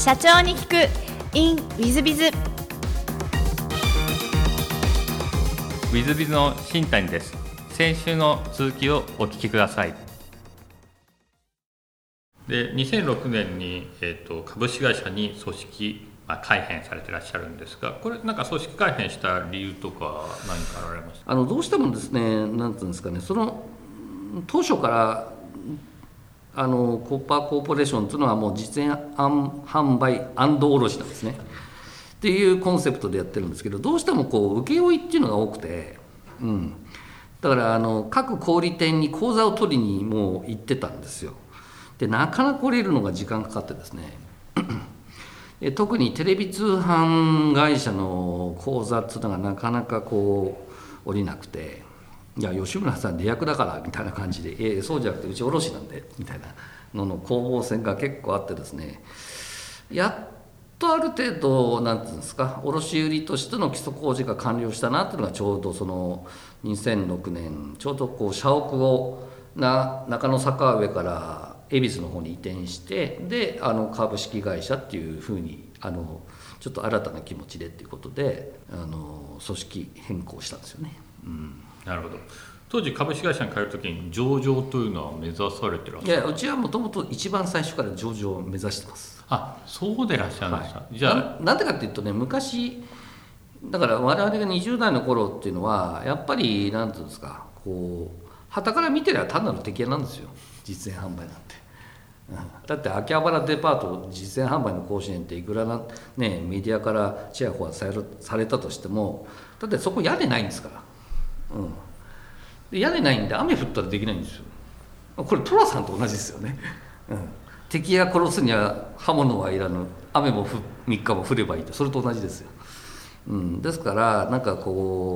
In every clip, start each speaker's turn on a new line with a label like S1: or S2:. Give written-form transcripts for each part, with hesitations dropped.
S1: 社長に聞く in ウィズビズ。
S2: ウィズビズの新谷です。先週の続きをお聞きください。で、2006年に、株式会社に組織、改編されていらっしゃるんですが、これなんか組織改編した理由とか何かあられますか？
S3: どうしてもですね、なんていうんですかね、その当初からコッパーコーポレーションというのはもう実演販売卸なんですねっていうコンセプトでやってるんですけど、どうしても請負っていうのが多くて、だから各小売店に口座を取りにもう行ってたんですよ。でなかなか降りるのが時間かかってですね特にテレビ通販会社の口座っていうのがなかなか降りなくて、いや吉村さん出役だからみたいな感じで、そうじゃなくてうち卸なんでみたいなのの攻防戦が結構あってですね、やっとある程度なんていうんですか、卸売としての基礎工事が完了したなっていうのがちょうどその2006年ちょうど社屋を中野坂上から恵比寿の方に移転して、で株式会社っていうふうにちょっと新たな気持ちでっていうことで組織変更したんですよね。
S2: なるほど。当時株式会社に変えるときに上場というのは目指されてらっしゃる？
S3: いや、うちはもともと一番最初から上場を目指してます。
S2: あ、そうでいらっしゃるんですか。
S3: じゃあなんでかっていうとね、昔だから我々が20代の頃っていうのはやっぱりなんていうんですか、傍から見てりゃ単なる敵屋なんですよ、実演販売なんて。だって秋葉原デパート実演販売の甲子園っていくらメディアからチヤホヤされたとしても、だってそこ屋根ないんですから、で屋根ないんで雨降ったらできないんですよ。これ寅さんと同じですよね。敵が殺すには刃物はいらぬ、雨も3日も降ればいいと、それと同じですよ。ですからなんか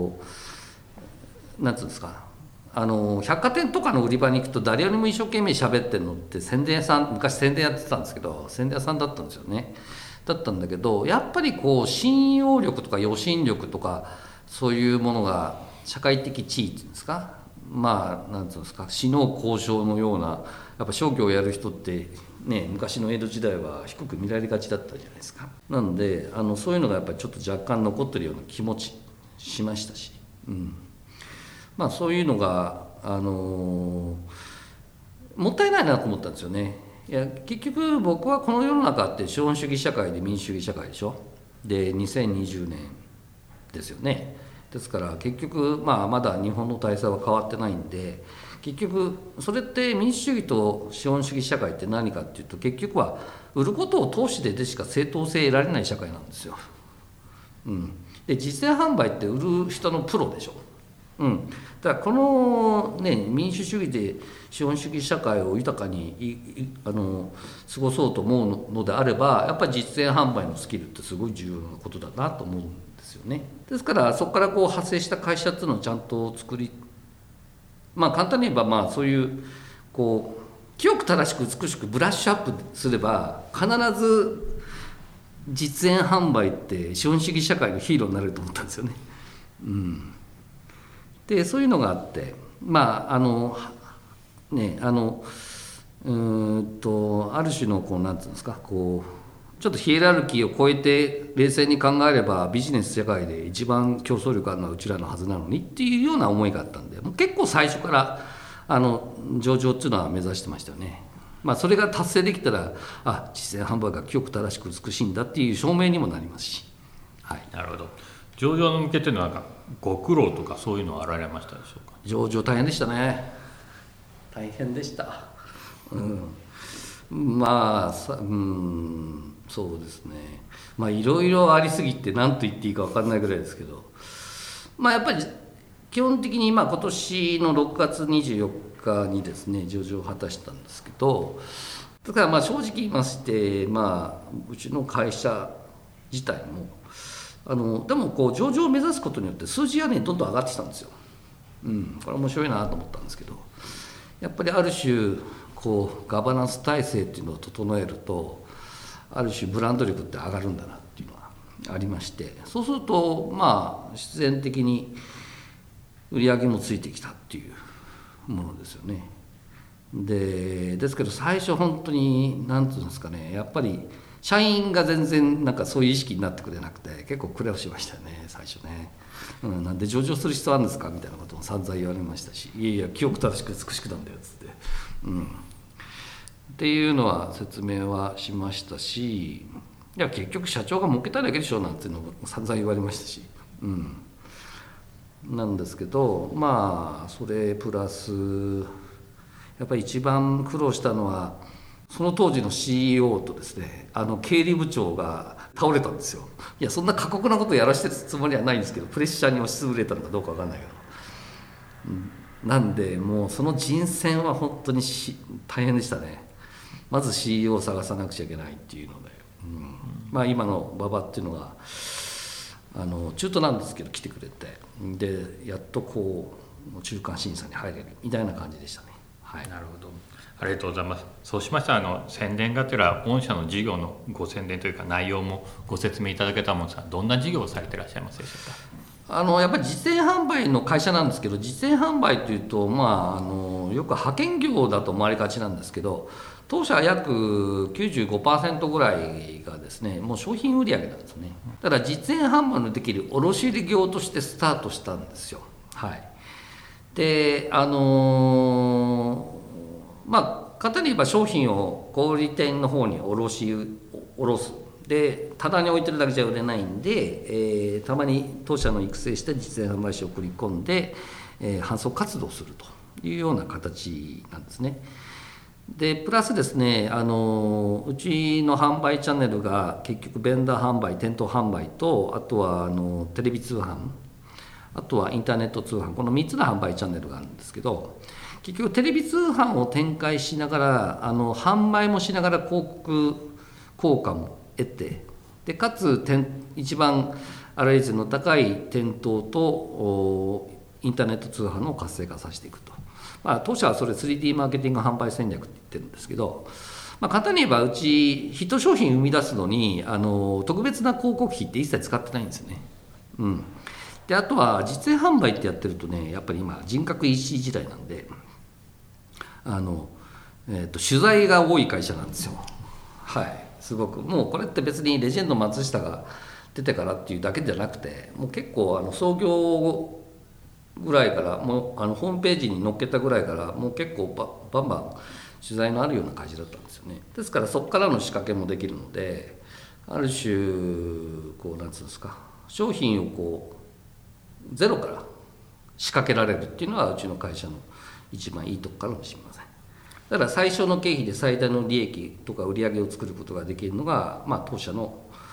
S3: なんていうんですか、百貨店とかの売り場に行くと誰よりも一生懸命喋ってるのって宣伝屋さん、昔宣伝やってたんですけど宣伝屋さんだったんですよね。だったんだけど、やっぱり信用力とか予診力とかそういうものが社会的地位っていうんですか、なんていうんですか、死の交渉のような、やっぱ商業をやる人ってね、昔の江戸時代は低く見られがちだったじゃないですか。なのでそういうのがやっぱりちょっと若干残ってるような気持ちしましたし、そういうのがもったいないなと思ったんですよね。いや結局僕はこの世の中って資本主義社会で民主主義社会でしょ。で2020年ですよね。ですから結局まだ日本の体制は変わってないんで、結局それって民主主義と資本主義社会って何かっていうと、結局は売ることを投資でしか正当性得られない社会なんですよ。で実演販売って売る人のプロでしょ。だからこの民主主義で資本主義社会を豊かに過ごそうと思うのであれば、やっぱり実演販売のスキルってすごい重要なことだなと思うんですよね。ですからそこから派生した会社っていうのをちゃんと作り、簡単に言えばそういう清く正しく美しくブラッシュアップすれば必ず実演販売って資本主義社会のヒーローになれると思ったんですよね。でそういうのがあって、ある種のなんていうんですか、ちょっとヒエラルキーを超えて冷静に考えればビジネス世界で一番競争力あるのはうちらのはずなのにっていうような思いがあったんで、もう結構最初から上場っていうのは目指してましたよね。それが達成できたら実演販売が清く正しく美しいんだっていう証明にもなりますし、
S2: なるほど。上場に向けてのご苦労とかそういうのはあられましたでしょうか？
S3: 上場大変でしたね。大変でした。そうですね。いろいろありすぎて何と言っていいか分かんないぐらいですけど、やっぱり基本的に今年の6月24日にですね上場を果たしたんですけど、だから正直言いまして、うちの会社自体もでも上場を目指すことによって数字はどんどん上がってきたんですよ。これ面白いなと思ったんですけど、やっぱりある種ガバナンス体制っていうのを整えると、ある種ブランド力って上がるんだなっていうのがありまして、そうすると必然的に売り上げもついてきたっていうものですよね。ですけど最初本当に何て言うんですかね、やっぱり社員が全然なんかそういう意識になってくれなくて結構苦労しましたよね最初ね、なんで上場する必要あるんですかみたいなことも散々言われましたし、いやいや記憶正しく美しくなんだよっつって、っていうのは説明はしましたし、いや結局社長が儲けたいだけでしょなんていうのも散々言われましたし、なんですけど、まあそれプラスやっぱり一番苦労したのはその当時の CEO とですね、経理部長が倒れたんですよ。いやそんな過酷なことやらせてるつもりはないんですけど、プレッシャーに押しつぶれたのかどうか分かんないけど、なんでもうその人選は本当に大変でしたね。まず CEO を探さなくちゃいけないっていうので、まあ今の馬場っていうのが中途なんですけど来てくれて、でやっとこう中間審査に入れるみたいな感じでしたね。はい、
S2: なるほど、ありがとうございます。そうしましたら宣伝がてら御社の事業のご宣伝というか内容もご説明いただけたと思うんですが、どんな事業をされていらっしゃいますでしょうか。
S3: やっぱり実演販売の会社なんですけど、実演販売というと、よく派遣業だと思われがちなんですけど、当社は約 95% ぐらいがですねもう商品売上なんですね。だから実演販売のできる卸売業としてスタートしたんですよ。はい、で簡単に言えば商品を小売店の方に卸すでタダに置いてるだけじゃ売れないんで、たまに当社の育成した実演販売士を送り込んで、販送活動するというような形なんですね。でプラスですね、うちの販売チャンネルが結局ベンダー販売、店頭販売と、あとはテレビ通販、あとはインターネット通販、この3つの販売チャンネルがあるんですけど、結局テレビ通販を展開しながら販売もしながら広告効果も得て、でかつ一番粗利率の高い店頭とインターネット通販を活性化させていくと。当社はそれ 3D マーケティング販売戦略って言ってるんですけど、簡単に言えばうちヒット商品生み出すのに特別な広告費って一切使ってないんですよね。であとは実演販売ってやってるとね、やっぱり今人格 EC 時代なんで取材が多い会社なんですよ。はい、すごくもうこれって別にレジェンド松下が出てからっていうだけじゃなくて、もう結構創業ぐらいからもうホームページに載っけたぐらいからもう結構バンバン取材のあるような会社だったんですよね。ですからそこからの仕掛けもできるので、ある種こうなんつうんですか、商品をこうゼロから仕掛けられるっていうのはうちの会社の一番いいとこかもしれません。だから最小の経費で最大の利益とか売り上げを作ることができるのが、当社の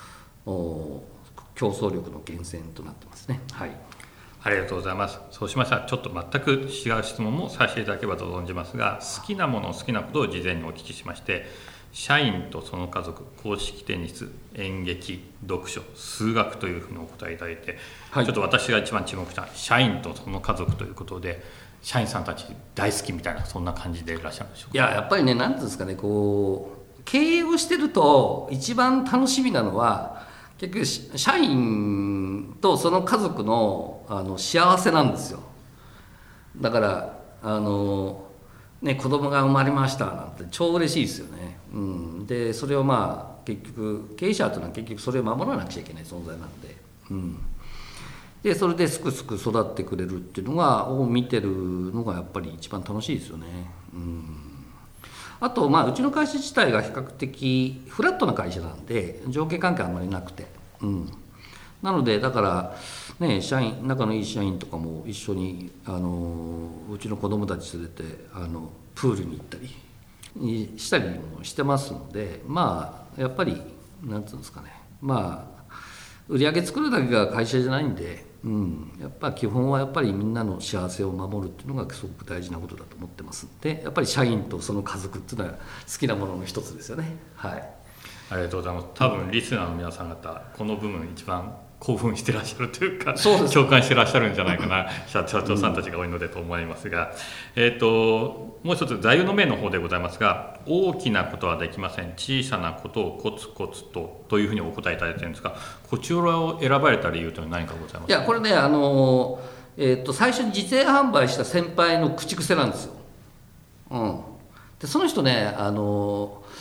S3: 競争力の源泉となってますね。はい、
S2: ありがとうございます。そうしましたらちょっと全く違う質問もさせていただければと存じますが、好きなもの好きなことを事前にお聞きしまして、社員とその家族、公式テニス、演劇、読書、数学というふうにお答えいただいて、ちょっと私が一番注目した社員とその家族ということで、社員さんたち大好きみたいなそんな感じでいらっしゃるんでしょうか。
S3: やっぱりね、なんていうんですかね、こう経営をしてると一番楽しみなのは結局社員とその家族の幸せなんですよ。だから子供が生まれましたなんて超嬉しいですよね。でそれを結局経営者というのは結局それを守らなくちゃいけない存在なので、でそれですくすく育ってくれるっていうのを見てるのがやっぱり一番楽しいですよね。あとうちの会社自体が比較的フラットな会社なんで上下関係あんまりなくて、なのでだからね、仲のいい社員とかも一緒にうちの子供たち連れてプールに行ったりしたりもしてますので、やっぱりなんていうんですかね、売り上げ作るだけが会社じゃないんで、やっぱ基本はやっぱりみんなの幸せを守るっていうのがすごく大事なことだと思ってますんで、やっぱり社員とその家族っていうのは好きなものの一つですよね。はい、
S2: ありがとうございます。多分リスナーの皆さん方この部分一番興奮してらっしゃるというか、共感してらっしゃるんじゃないかな社長さんたちが多いのでと思いますが、もう一つ座右の銘の方でございますが、大きなことはできません、小さなことをコツコツというふうにお答えいただいているんですが、こちらを選ばれた理由というのは何かございますか。
S3: これね最初に実演販売した先輩の口癖なんですよ。でその人ねこ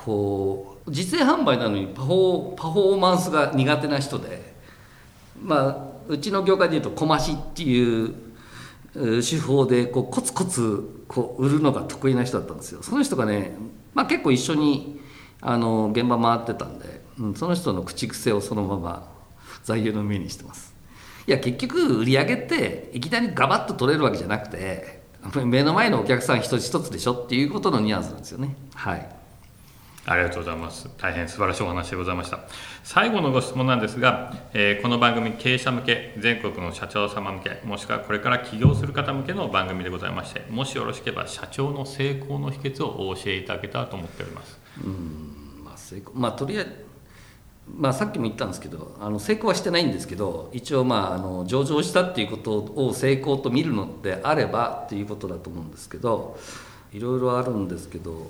S3: こう実演販売なのにパフォーマンスが苦手な人で、うちの業界でいうと小増しっていう手法でこうコツコツこう売るのが得意な人だったんですよ。その人がね、結構一緒に現場回ってたんで、その人の口癖をそのまま座右の銘にしてます。いや結局売り上げっていきなりガバッと取れるわけじゃなくて、目の前のお客さん一つ一つでしょっていうことのニュアンスなんですよね。はい、
S2: ありがとうございます。大変素晴らしいお話でございました。最後のご質問なんですが、この番組経営者向け、全国の社長様向け、もしくはこれから起業する方向けの番組でございまして、もしよろしければ社長の成功の秘訣をお教えいただけたらと思っております。
S3: 成功、とりあえずさっきも言ったんですけど、成功はしてないんですけど、一応上場したっていうことを成功と見るのであればっていうことだと思うんですけど、いろいろあるんですけど、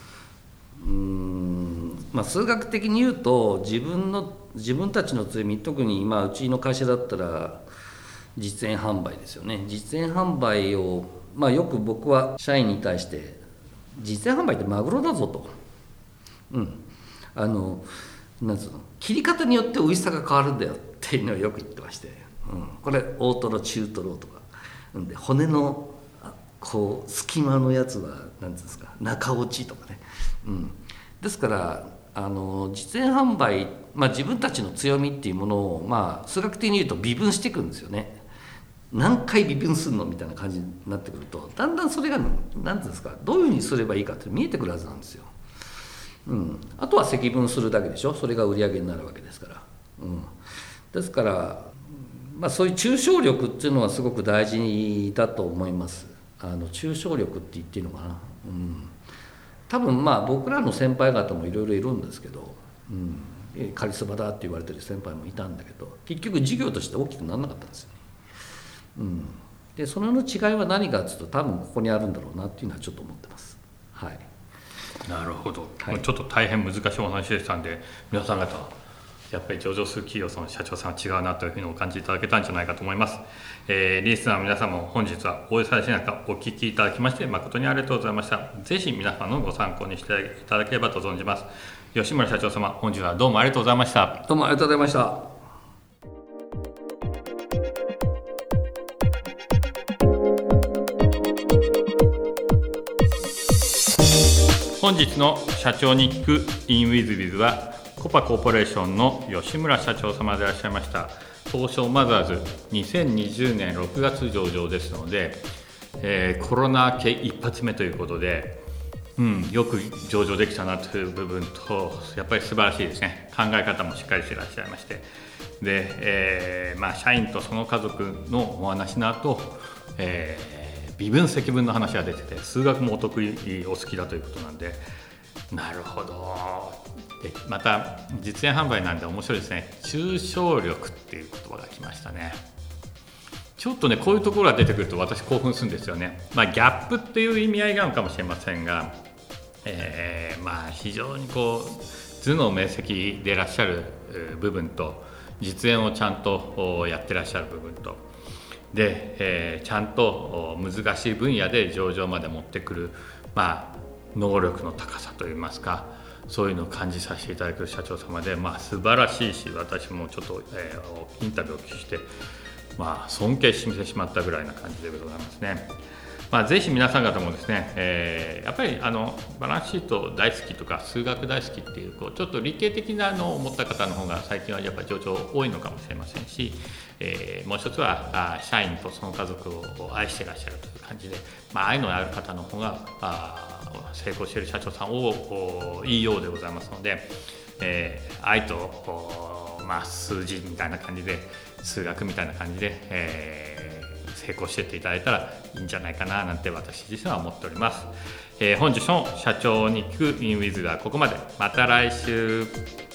S3: 数学的に言うと自分たちの強み、特にうちの会社だったら実演販売ですよね。実演販売を、よく僕は社員に対して実演販売ってマグロだぞと、なんつうの、切り方によって美味しさが変わるんだよっていうのをよく言ってまして、これ大トロ中トロとかで、骨のこう隙間のやつは何ていうんですか、中落ちとかね、ですから実演販売、自分たちの強みっていうものを、数学的に言うと微分していくんですよね。何回微分するのみたいな感じになってくると、だんだんそれが何ていうんですか、どういうふうにすればいいかって見えてくるはずなんですよ。あとは積分するだけでしょ。それが売り上げになるわけですから、ですから、そういう抽象力っていうのはすごく大事だと思います。抽象力って言っていいのかな、多分僕らの先輩方もいろいろいるんですけど、カリスマだって言われてる先輩もいたんだけど、結局事業として大きくならなかったんですよね。でその違いは何かっていうと、多分ここにあるんだろうなっていうのはちょっと思ってます。はい。
S2: なるほど、
S3: はい、
S2: ちょっと大変難しいお話でしたんで、皆さん方やっぱり上場する企業の社長さんは違うなというふうにお感じいただけたんじゃないかと思います。リスナーの皆さんも本日はお忙しい中お聞きいただきまして誠にありがとうございました。ぜひ皆さんのご参考にしていただければと存じます。吉村社長様、本日はどうもありがとうございました。
S3: どうもありがとうございました。
S2: 本日の社長に聞く in with biz はコパコーポレーションの吉村社長様でいらっしゃいました。東証マザーズ2020年6月上場ですので、コロナ明け一発目ということで、よく上場できたなという部分と、やっぱり素晴らしいですね。考え方もしっかりしていらっしゃいまして、で、社員とその家族のお話の後、微分積分の話が出てて、数学もお得意お好きだということなんで、なるほど。でまた実演販売なんで面白いですね。抽象力っていう言葉が来ましたね。ちょっとね、こういうところが出てくると私興奮するんですよね。ギャップっていう意味合いがあるかもしれませんが、非常にこう頭脳明晰でいらっしゃる部分と、実演をちゃんとやってらっしゃる部分とで、ちゃんと難しい分野で上場まで持ってくる、能力の高さといいますか、そういうのを感じさせていただく社長様で、素晴らしいし、私もちょっと、インタビューをお聞きして、尊敬してしまったぐらいな感じでございますね。ぜひ皆さん方もですね、やっぱりバランスシート大好きとか数学大好きっていう、ちょっと理系的なのを持った方の方が最近はやっぱり上場多いのかもしれませんし、もう一つは社員とその家族を愛していらっしゃるという感じで、愛のある方の方が成功している社長さんをいいようでございますので、愛と数字みたいな感じで、数学みたいな感じで、成功していっていただいたらいいんじゃないかななんて私自身は思っております。本日の社長に聞く in with はここまで。また来週。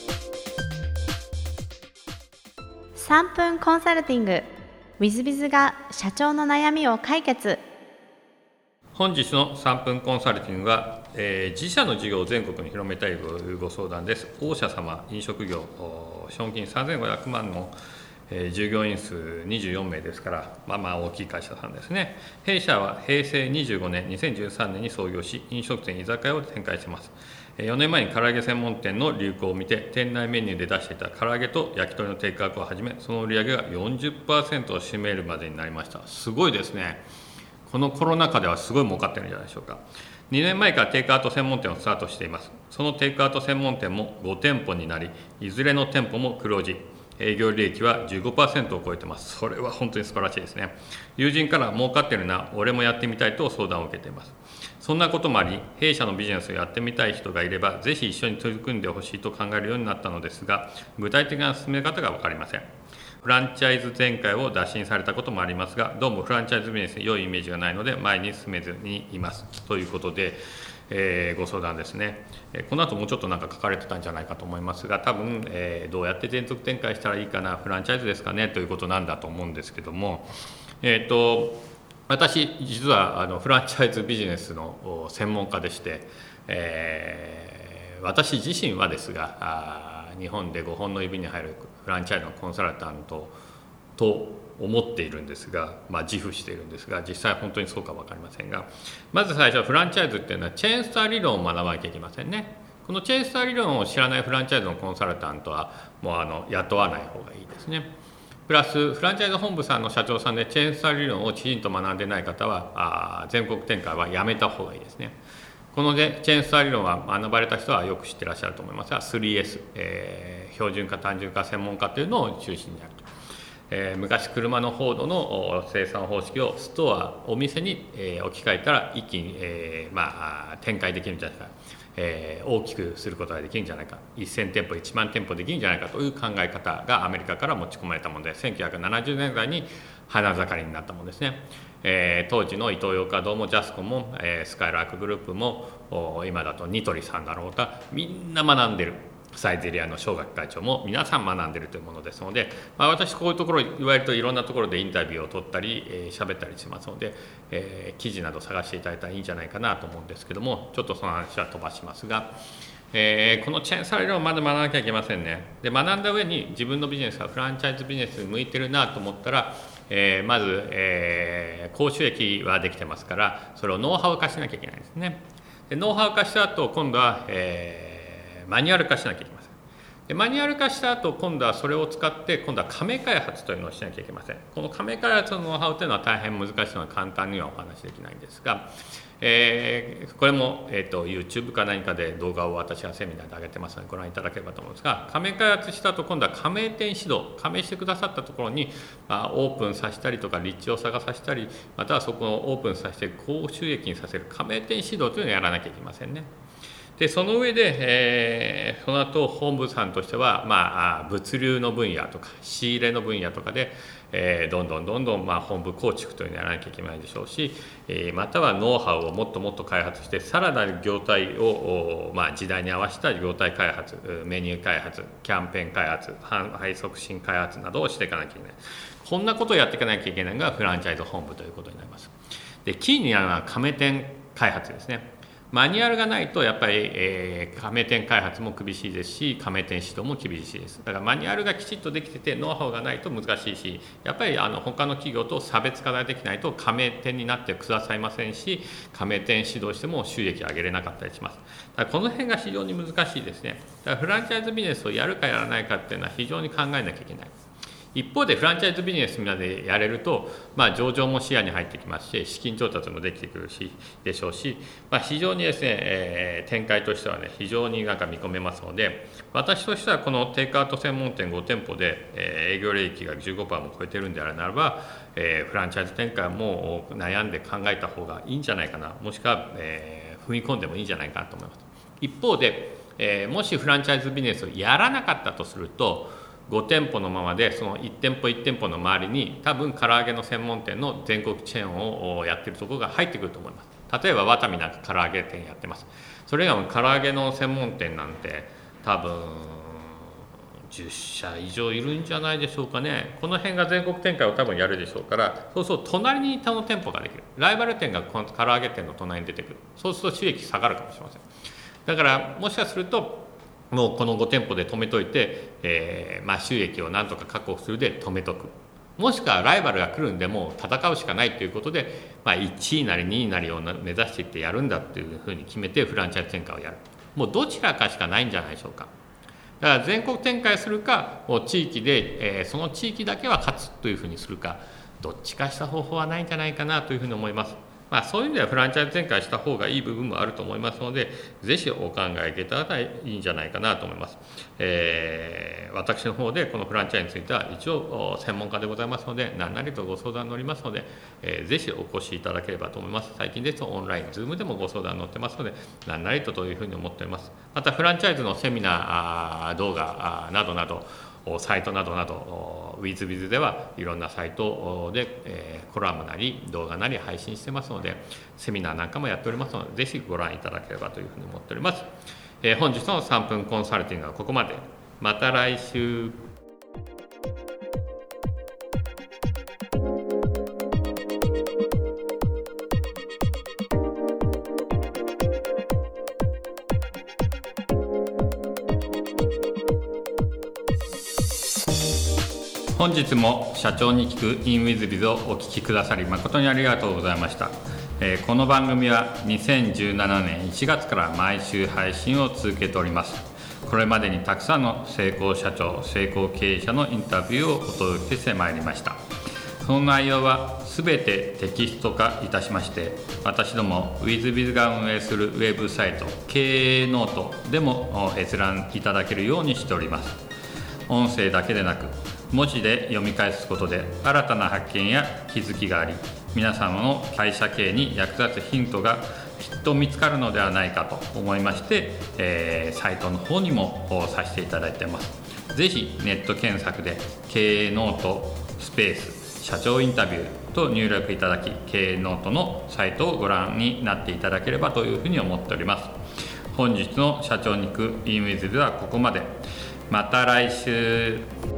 S1: 3分コンサルティング WithBiz が社長の悩みを解決。
S2: 本日の3分コンサルティングは、自社の事業を全国に広めたいというご相談です。御社様、飲食業、資本金3500万の従業員数24名ですから、まあ大きい会社さんですね。弊社は平成25年、2013年に創業し、飲食店、居酒屋を展開しています。4年前に唐揚げ専門店の流行を見て、店内メニューで出していた唐揚げと焼き鳥のテイクアウトをはじめ、その売り上げが 40% を占めるまでになりました。すごいですね。このコロナ禍ではすごい儲かってるんじゃないでしょうか。2年前からテイクアウト専門店をスタートしています。そのテイクアウト専門店も5店舗になり、いずれの店舗も黒字。営業利益は 15% を超えています。それは本当に素晴らしいですね。友人から儲かってるな、俺もやってみたいと相談を受けています。そんなこともあり、弊社のビジネスをやってみたい人がいれば、ぜひ一緒に取り組んでほしいと考えるようになったのですが、具体的な進め方が分かりません。フランチャイズ展開を打診されたこともありますが、どうもフランチャイズビジネスに良いイメージがないので、前に進めずにいます。ということで、ご相談ですね。この後もうちょっとなんか書かれてたんじゃないかと思いますが、多分、どうやって全速展開したらいいかな、フランチャイズですかねということなんだと思うんですけども、私実はフランチャイズビジネスの専門家でして、私自身はですが、日本で5本の指に入るフランチャイズのコンサルタントと思っているんですが、自負しているんですが、実際本当にそうか分かりませんが、まず最初はフランチャイズっていうのはチェーンスター理論を学ばなきゃいけませんね。このチェーンスター理論を知らないフランチャイズのコンサルタントはもう雇わない方がいいですね。プラスフランチャイズ本部さんの社長さんでチェーンスター理論をきちんと学んでない方は全国展開はやめた方がいいですね。このチェーンスター理論は学ばれた人はよく知ってらっしゃると思いますが 3S、標準化単純化専門家というのを中心にやると。昔車のフォードの生産方式をストアお店に置き換えたら一気に展開できるんじゃないか、大きくすることができるんじゃないか、1000店舗1万店舗できるんじゃないかという考え方がアメリカから持ち込まれたもので、1970年代に花盛りになったものですね。当時のイトーヨーカドーもジャスコもスカイラークグループも今だとニトリさんだろうか、みんな学んでる。サイゼリヤの正学会長も皆さん学んでいるというものですので、私こういうところいわゆるといろんなところでインタビューを取ったり喋ったりしますので、記事など探していただいたらいいんじゃないかなと思うんですけども、ちょっとその話は飛ばしますが、このチェーンサイロをまだ学ばなきゃいけませんね。で学んだ上に自分のビジネスがフランチャイズビジネスに向いてるなと思ったら、まず、高収益はできてますから、それをノウハウ化しなきゃいけないですね。でノウハウ化した後今度は、マニュアル化しなきゃいけません。でマニュアル化した後今度はそれを使って今度は加盟開発というのをしなきゃいけません。この加盟開発のノウハウというのは大変難しいので簡単にはお話しできないんですが、これも、YouTube か何かで動画を私がセミナーで上げてますのでご覧いただければと思うんですが、加盟開発した後今度は加盟店指導、加盟してくださったところに、オープンさせたりとか立地を探させたり、またはそこをオープンさせて高収益にさせる加盟店指導というのをやらなきゃいけませんね。でその上で、その後本部さんとしては、物流の分野とか仕入れの分野とかで、どんどん、本部構築というのをやらなきゃいけないでしょうし、またはノウハウをもっともっと開発してさらなる業態を、時代に合わせた業態開発、メニュー開発、キャンペーン開発、販売促進開発などをしていかなきゃいけない。こんなことをやっていかなきゃいけないのがフランチャイズ本部ということになります。でキーになるのは加盟店開発ですね。マニュアルがないとやっぱり、加盟店開発も厳しいですし、加盟店指導も厳しいです。だからマニュアルがきちっとできててノウハウがないと難しいし、やっぱり他の企業と差別化ができないと加盟店になってくださいませんし、加盟店指導しても収益上げれなかったりします。だからこの辺が非常に難しいですね。だからフランチャイズビジネスをやるかやらないかっていうのは非常に考えなきゃいけない。一方でフランチャイズビジネスみんなでやれると、上場も視野に入ってきますし、資金調達もできてくるでしょうし、非常にですね、展開としてはね、非常に見込めますので、私としてはこのテイクアウト専門店5店舗で、営業利益が 15% も超えてるんであるならば、フランチャイズ展開も悩んで考えた方がいいんじゃないかな、もしくは、踏み込んでもいいんじゃないかなと思います。一方で、もしフランチャイズビジネスをやらなかったとすると、5店舗のままでその1店舗1店舗の周りに多分唐揚げの専門店の全国チェーンをやっているところが入ってくると思います。例えばワタミなんか唐揚げ店やってます。それが唐揚げの専門店なんて多分10社以上いるんじゃないでしょうかね。この辺が全国展開を多分やるでしょうから、そうすると隣に他の店舗ができる、ライバル店がこの唐揚げ店の隣に出てくる、そうすると収益下がるかもしれません。だからもしかするともうこの5店舗で止めといて、収益をなんとか確保するで止めとく、もしくはライバルが来るんでもう戦うしかないということで、1位なり2位なりを目指していってやるんだっていうふうに決めてフランチャイズ展開をやる。もうどちらかしかないんじゃないでしょうか。だから全国展開するか、もう地域で、その地域だけは勝つというふうにするか、どっちかした方法はないんじゃないかなというふうに思います。そういう意味ではフランチャイズ展開した方がいい部分もあると思いますので、ぜひお考えいただいたらいいんじゃないかなと思います。私の方でこのフランチャイズについては一応専門家でございますので、何なりとご相談乗りますので、ぜひお越しいただければと思います。最近ですとオンライン、Zoom でもご相談乗ってますので、何なりというふうに思っております。またフランチャイズのセミナー、動画などなど、サイトなどなど WithBiz ではいろんなサイトで、コラムなり動画なり配信してますので、セミナーなんかもやっておりますので、ぜひご覧いただければというふうに思っております。本日の3分コンサルティングはここまで。また来週。本日も社長に聞く InWithBiz をお聞きくださり誠にありがとうございました。この番組は2017年1月から毎週配信を続けております。これまでにたくさんの成功社長、成功経営者のインタビューをお届けしてまいりました。その内容はすべてテキスト化いたしまして、私ども WithBiz が運営するウェブサイト経営ノートでも閲覧いただけるようにしております。音声だけでなく文字で読み返すことで新たな発見や気づきがあり、皆様の会社経営に役立つヒントがきっと見つかるのではないかと思いまして、サイトの方にもさせていただいています。ぜひネット検索で経営ノートスペース社長インタビューと入力いただき、経営ノートのサイトをご覧になっていただければというふうに思っております。本日の社長に行く InWithBiz はここまで。また来週。